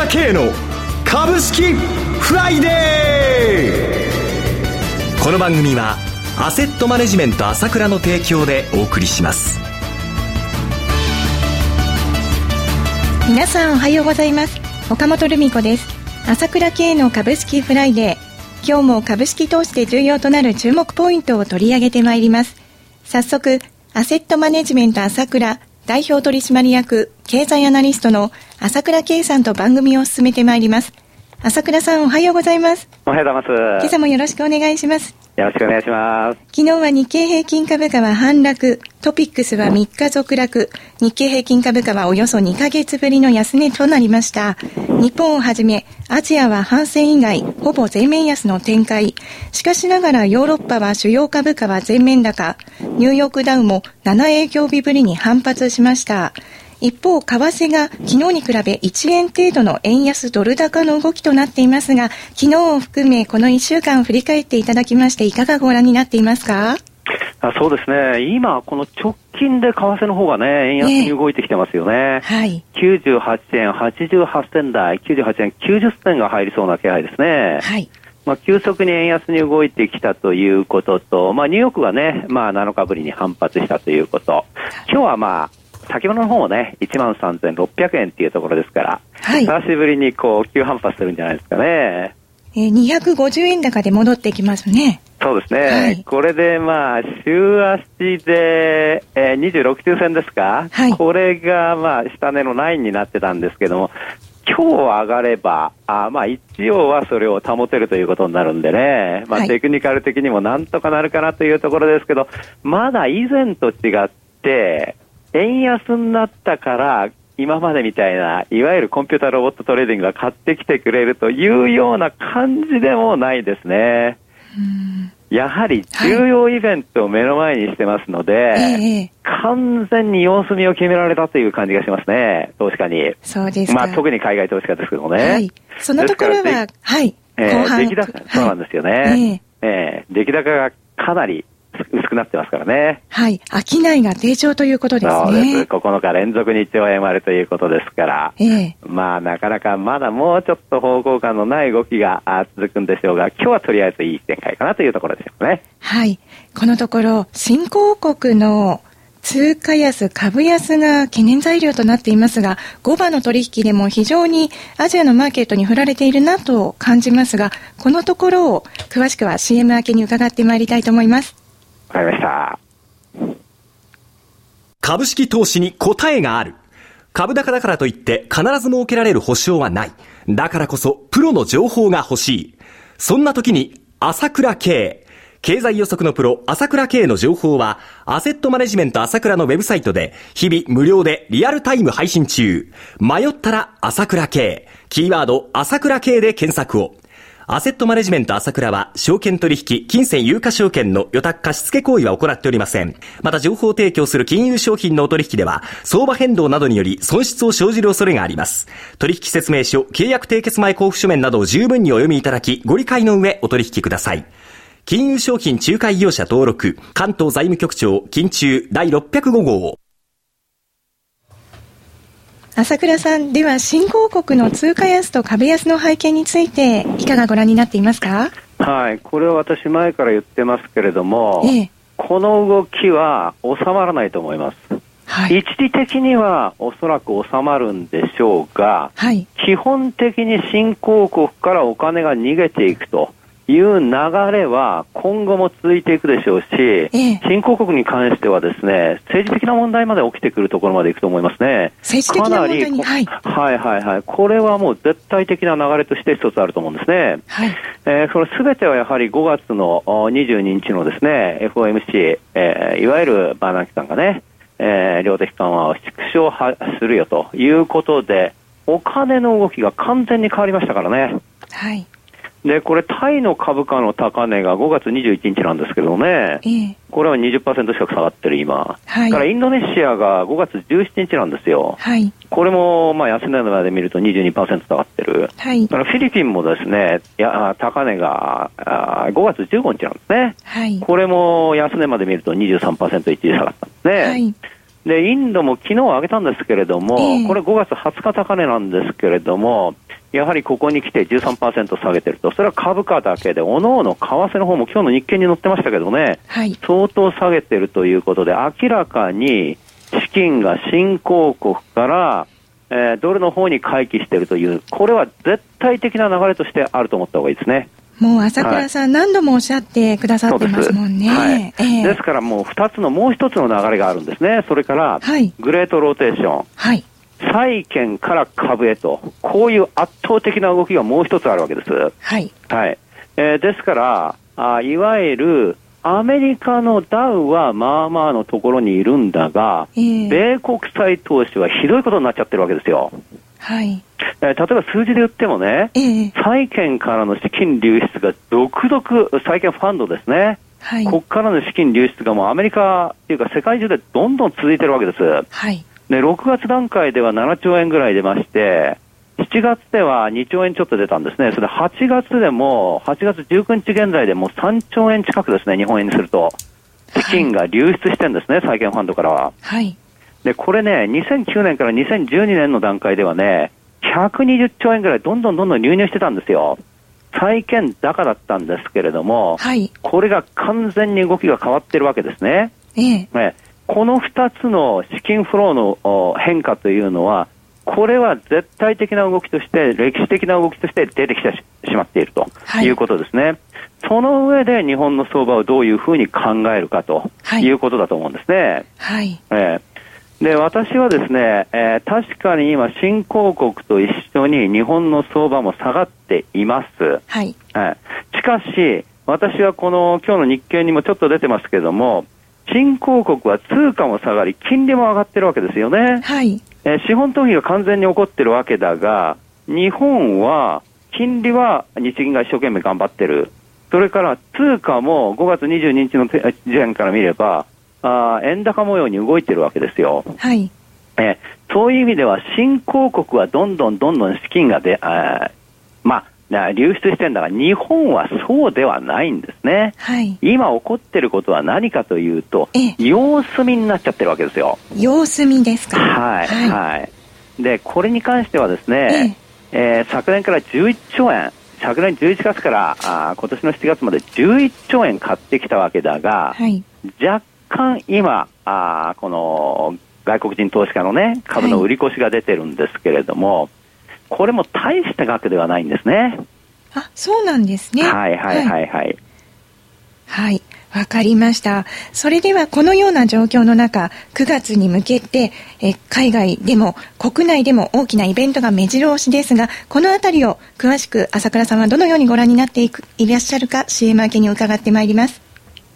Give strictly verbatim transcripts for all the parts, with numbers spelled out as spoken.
倉慶の株式フライデー。この番組はアセットマネジメント朝倉の提供でお送りします。 皆さんおはようございます。岡本留美子です。朝倉慶の株式フライデー、今日も株式投資で重要となる注目ポイントを取り上げてまいります。早速、アセットマネジメント朝倉代表取締役経済アナリストの朝倉慶さんと番組を進めてまいります。朝倉さん、おはようございます。 おはようございます。 今朝もよろしくお願いします。 よろしくお願いします。 昨日は日経平均株価は反落、トピックスはみっか続落、日経平均株価はおよそにかげつぶりの安値となりました。日本をはじめアジアは反戦以外ほぼ全面安の展開。しかしながらヨーロッパは主要株価は全面高、ニューヨークダウもなな営業日ぶりに反発しました。一方、為替が昨日に比べいちえん程度の円安ドル高の動きとなっていますが、昨日を含めこのいっしゅうかん振り返っていただきまして、いかがご覧になっていますか？ あ、そうですね。今、この直近で為替の方がね、円安に動いてきてますよね。えー、はい。きゅうじゅうはちえんはちじゅうはちせん台、きゅうじゅうはちえんきゅうじゅっせんが入りそうな気配ですね。はい。まあ、急速に円安に動いてきたということと、まあ、ニューヨークがね、まあ、なのかぶりに反発したということ。今日はまあ、先物の方もね、いちまんさんぜんろっぴゃくえんっていうところですから、はい、久しぶりにこう急反発するんじゃないですかね。 えー、にひゃくごじゅうえん高で戻ってきますね。 そうですね。はい、これでまあ週足で、えー、にじゅうろくちゅうせんですか、はい、これがまあ下値のラインになってたんですけども、今日上がればあまあ一応はそれを保てるということになるんでね、まあ、テクニカル的にもなんとかなるかなというところですけど、まだ以前と違って円安になったから今までみたいないわゆるコンピュータロボットトレーディングが買ってきてくれるというような感じでもないですね。うんやはり重要イベントを目の前にしてますので、はいえー、完全に様子見を決められたという感じがしますね、投資家に。 そうですか。 まあ、特に海外投資家ですけどもね、 はい、そのところは、はい、 えー、後半出来高、はい、そうなんですよね、えーえー、出来高がかなり薄くなってますからね。 はい。商いが低調ということですね。 そうです。ここのか連続にいちおうえん割れということですから。ええ、まあなかなかまだもうちょっと方向感のない動きが続くんでしょうが、今日はとりあえずいい展開かなというところでしょうね。 はい。このところ、新興国の通貨安、株安が懸念材料となっていますが、後場の取引でも非常にアジアのマーケットに振られているなと感じますが、このところを詳しくは シーエム 明けに伺ってまいりたいと思います。 わかりました。 株式投資に答えがある。株高だからといって必ず設けられる保証はない。だからこそプロの情報が欲しい。そんな時に朝倉慶。経済予測のプロ朝倉慶の情報はアセットマネジメント朝倉のウェブサイトで日々無料でリアルタイム配信中。迷ったら朝倉慶。キーワード朝倉慶で検索を。アセットマネジメント朝倉は証券取引、金銭有価証券の予託貸付行為は行っておりません。また情報提供する金融商品のお取引では相場変動などにより損失を生じる恐れがあります。取引説明書、契約締結前交付書面などを十分にお読みいただき、ご理解の上お取引ください。金融商品仲介業者登録、関東財務局長金中だいろっぴゃくご号。 朝倉さん、では新興国の通貨安と株安の背景についていかがご覧になっていますか？ はい、これは私前から言ってますけれども、ええ、この動きは収まらないと思います。はい、一時的にはおそらく収まるんでしょうが、はい、基本的に新興国からお金が逃げていくという流れは今後も続いていくでしょうし、ええ、新興国に関してはですね、政治的な問題まで起きてくるところまでいくと思いますね。 政治的な問題に、はい、 はいはいはい。これはもう絶対的な流れとして一つあると思うんですね。はい。えー、その全てはやはりごがつのにじゅうににちのですね、エフオーエムシー、えー、いわゆるバーナンキさんがね、えー、量的緩和を縮小するよということで、お金の動きが完全に変わりましたからね。はい。で、これタイの株価の高値がごがつにじゅういちにちなんですけどね、えー、これは にじゅっパーセント 近く下がってる今、はい、からインドネシアがごがつじゅうしちにちなんですよ、はい、これもまあ安値まで見ると にじゅうにパーセント 下がってる、はい、からフィリピンもですね、いや高値がごがつじゅうごにちなんですね、はい、これも安値まで見ると にじゅうさんパーセント 一時下がったんですね、はい、でインドも昨日上げたんですけれども、えー、これごがつはつか高値なんですけれども、 やはりここに来て じゅうさんパーセント 下げてると、それは株価だけで、おのおの為替の方も今日の日経に載ってましたけどね、はい、相当下げてるということで、明らかに資金が新興国から、えー、ドルの方に回帰しているという、これは絶対的な流れとしてあると思った方がいいですね。 もう朝倉さん、はい、何度もおっしゃってくださってますもんね。 はい、えー、ですからもうふたつのもう一つの流れがあるんですね。それから、はい、グレートローテーション、はい、債券から株へと、こういう圧倒的な動きがもう一つあるわけです。はい。はい。えー、ですから、あ、いわゆるアメリカのダウはまあまあのところにいるんだが、えー、米国債投資はひどいことになっちゃってるわけですよ。はい。えー、例えば数字で言ってもね、えー、債券からの資金流出が続々、債券ファンドですね。はい。ここからの資金流出がもうアメリカっていうか世界中でどんどん続いてるわけです。はい。で、ろくがつ段階ではななちょうえんぐらい出まして、しちがつではにちょうえんちょっと出たんですね。それではちがつでも、はちがつじゅうくにち現在でもさんちょうえん近くですね、日本円にすると。資金が流出してるんですね、債券ファンドからは。はい。で、これね、にせんきゅうねんからにせんじゅうにねんの段階ではね、ひゃくにじゅっちょうえんぐらいどんどんどんどん流入してたんですよ。債券高だったんですけれども、はい。これが完全に動きが変わってるわけですね。ええ。ね、このふたつの資金フローの変化というのは、これは絶対的な動きとして、歴史的な動きとして出てきてしまっているということですね。はい、その上で日本の相場をどういうふうに考えるかということだと思うんですね。はい。えー、で、私はですね、えー、確かに今新興国と一緒に日本の相場も下がっています。はい。えー、しかし、私はこの今日の日経にもちょっと出てますけれども、新興国は通貨も下がり、金利も上がってるわけですよね。はい。えー、資本逃避が完全に起こってるわけだが、日本は、金利は日銀が一生懸命頑張ってる。それから通貨もごがつにじゅうににちの時点から見れば、あ円高模様に動いてるわけですよ。はい。えー、そういう意味では、新興国はどんどんどんどん資金がで、あまあ、流出してるんだが、日本はそうではないんですね。はい、今起こってることは何かというと、様子見になっちゃってるわけですよ。 様子見ですか。 はい、はい、はい。で、これに関してはですね、ええー、昨年からじゅういっちょうえん、昨年じゅういちがつからあ今年のしちがつまでじゅういっちょうえん買ってきたわけだが、はい、若干今あ、この外国人投資家のね、株の売り越しが出てるんですけれども、はい、これも大した額ではないんですね。 あ、そうなんですね。 はいはいはいはい。 はい、わかりました。それではこのような状況の中、くがつに向けてえ海外でも国内でも大きなイベントが目白押しですが、このあたりを詳しく朝倉さんはどのようにご覧になっていくいらっしゃるか シーエム 明けに伺ってまいります。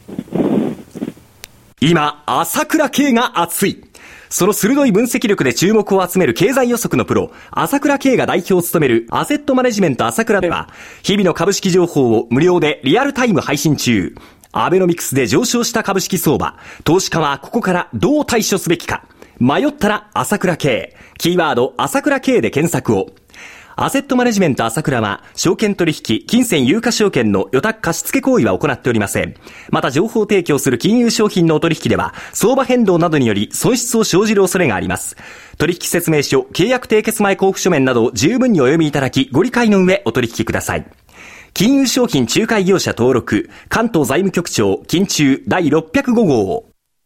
今、朝倉慶が熱い。その鋭い分析力で注目を集める経済予測のプロ、朝倉慶が代表を務めるアセットマネジメント朝倉では、日々の株式情報を無料でリアルタイム配信中。アベノミクスで上昇した株式相場、投資家はここからどう対処すべきか。迷ったら朝倉慶。キーワード朝倉慶で検索を。アセットマネジメント朝倉は、証券取引、金銭有価証券の予託貸付行為は行っておりません。また情報提供する金融商品のお取引では、相場変動などにより損失を生じる恐れがあります。取引説明書、契約締結前交付書面などを十分にお読みいただき、ご理解の上お取引ください。金融商品仲介業者登録、関東財務局長、金中だいろっぴゃくご号。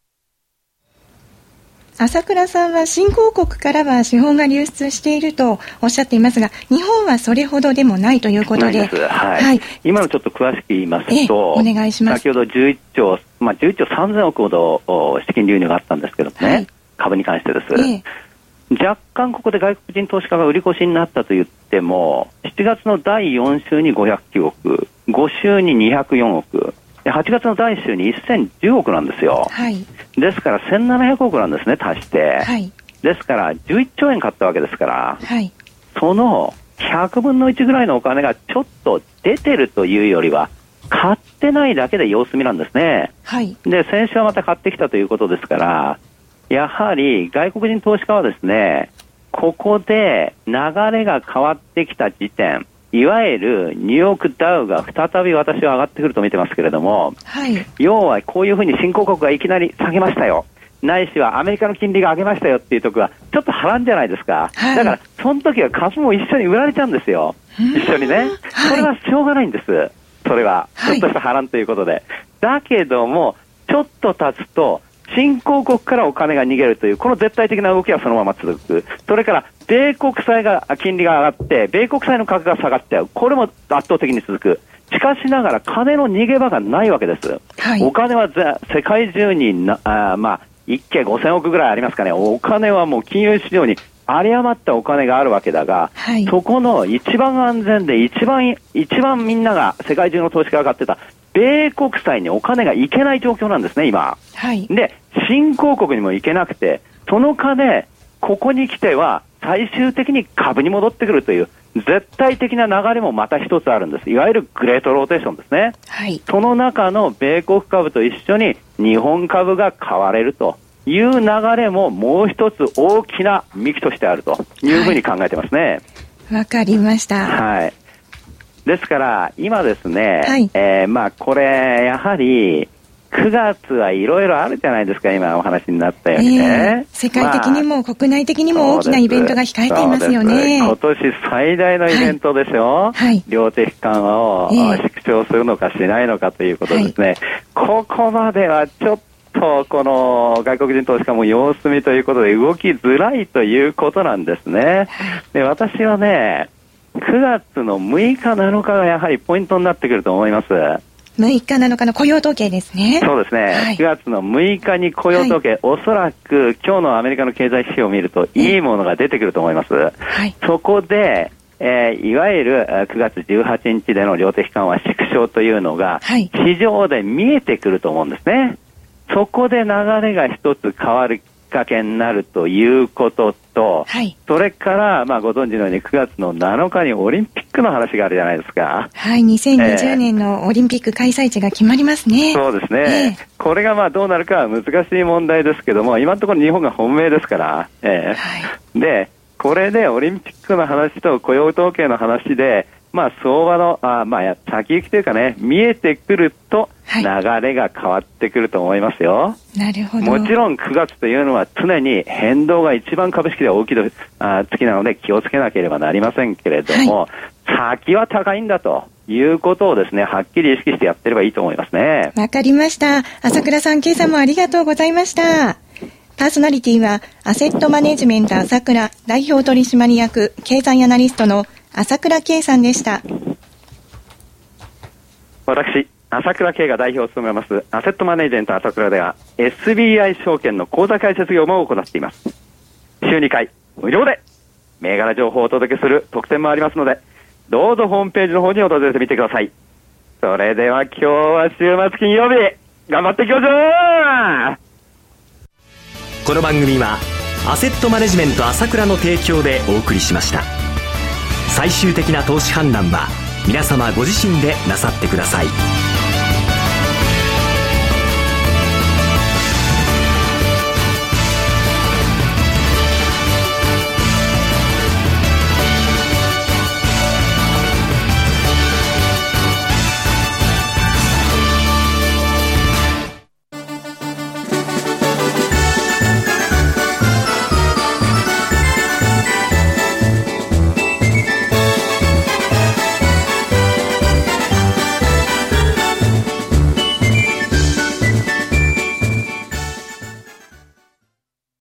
朝倉さんは新興国からは資本が流出しているとおっしゃっていますが、日本はそれほどでもないということで、 はいはい、今のちょっと詳しく言いますと、 お願いします。 先ほどじゅういっちょう、まあ、じゅういっちょうさんぜんおくほど資金流入があったんですけどもね、はい、株に関してです、ええ、若干ここで外国人投資家が売り越しになったと言っても、しちがつのだいよん週にごひゃくきゅうおく、ご週ににひゃくよんおく、はちがつのだいいっ週にせんじゅうおくなんですよ。はい、ですからせんななひゃくおくなんですね、足して。はい、ですからじゅういっちょうえん買ったわけですから、はい、そのひゃくぶんのいちぐらいのお金がちょっと出てるというよりは、買ってないだけで様子見なんですね。はい、で、先週はまた買ってきたということですから、やはり外国人投資家はですね、ここで流れが変わってきた時点、いわゆるニューヨークダウが再び私は上がってくると見てますけれども、はい、要はこういうふうに新興国がいきなり下げましたよ、ないしはアメリカの金利が上げましたよっていうところがちょっと波乱じゃないですか。 はい、 だから、その時は株も一緒に売られちゃうんですよ。一緒にね。それはしょうがないんです。それは。ちょっとした波乱ということで。はい、だけども、ちょっと経つと、新興国からお金が逃げるという、この絶対的な動きはそのまま続く。それから、米国債が、金利が上がって、米国債の価格が下がっちゃう。これも圧倒的に続く。しかしながら、金の逃げ場がないわけです。はい、お金は世界中にな、あまあ、一計ごせんおくぐらいありますかね。お金はもう金融市場に有り余ったお金があるわけだが、はい、そこの一番安全で一番、一番みんなが、世界中の投資家が上がってた、米国債にお金がいけない状況なんですね、今。はい、で、新興国にも行けなくて、その金、ここに来ては最終的に株に戻ってくるという、絶対的な流れもまた一つあるんです。いわゆるグレートローテーションですね。はい、その中の米国株と一緒に日本株が買われるという流れももう一つ大きな幹としてあるというふうに考えてますね。 わ、はい、かりました。 はい。ですから今ですね、はい、えー、まあこれやはりくがつはいろいろあるじゃないですか、今お話になったようにね。 えー、世界的にも、まあ、国内的にも大きなイベントが控えていますよね。 今年最大のイベントでしょ、はい、量的緩和を縮小するのかしないのかということですね。はい、ここまではちょっとこの外国人投資家も様子見ということで動きづらいということなんですね。で、私はね、くがつのむいかなのかがやはりポイントになってくると思います。 むいかなのかの雇用統計ですね。 そうですね、はい、くがつのむいかに雇用統計、はい、おそらく今日のアメリカの経済指標を見るといいものが出てくると思います。はい、そこで、えー、いわゆるくがつじゅうはちにちでの量的緩和縮小というのが、はい、市場で見えてくると思うんですね。そこで流れが一つ変わるきっかけになるということと、はい、それから、まあ、ご存知のようにくがつのなのかにオリンピックの話があるじゃないですか。 はい、にせんにじゅうねんのオリンピック開催地が決まりますね。 えー、そうですね。えー、これがまあどうなるかは難しい問題ですけども、今のところ日本が本命ですから。えーはい、で、これでオリンピックの話と雇用統計の話で、まあ、相場の、あまあ、先行きというかね、見えてくると、流れが変わってくると思いますよ。 なるほど。 もちろんくがつというのは常に変動が一番株式では大きいあ月なので気をつけなければなりませんけれども、はい、先は高いんだということをですね、はっきり意識してやってればいいと思いますね。 わかりました。朝倉さん、今朝もありがとうございました。パーソナリティは、アセットマネジメント朝倉代表取締役経済アナリストの朝倉圭さんでした。 私、朝倉圭が代表を務めますアセットマネジメント朝倉では エスビーアイ 証券の口座開設業務を行っています。週にかい無料で銘柄情報をお届けする特典もありますので、どうぞホームページの方に訪れてみてください。それでは今日は週末金曜日、頑張っていきましょう。 この番組はアセットマネジメント朝倉の提供でお送りしました。最終的な投資判断は皆様ご自身でなさってください。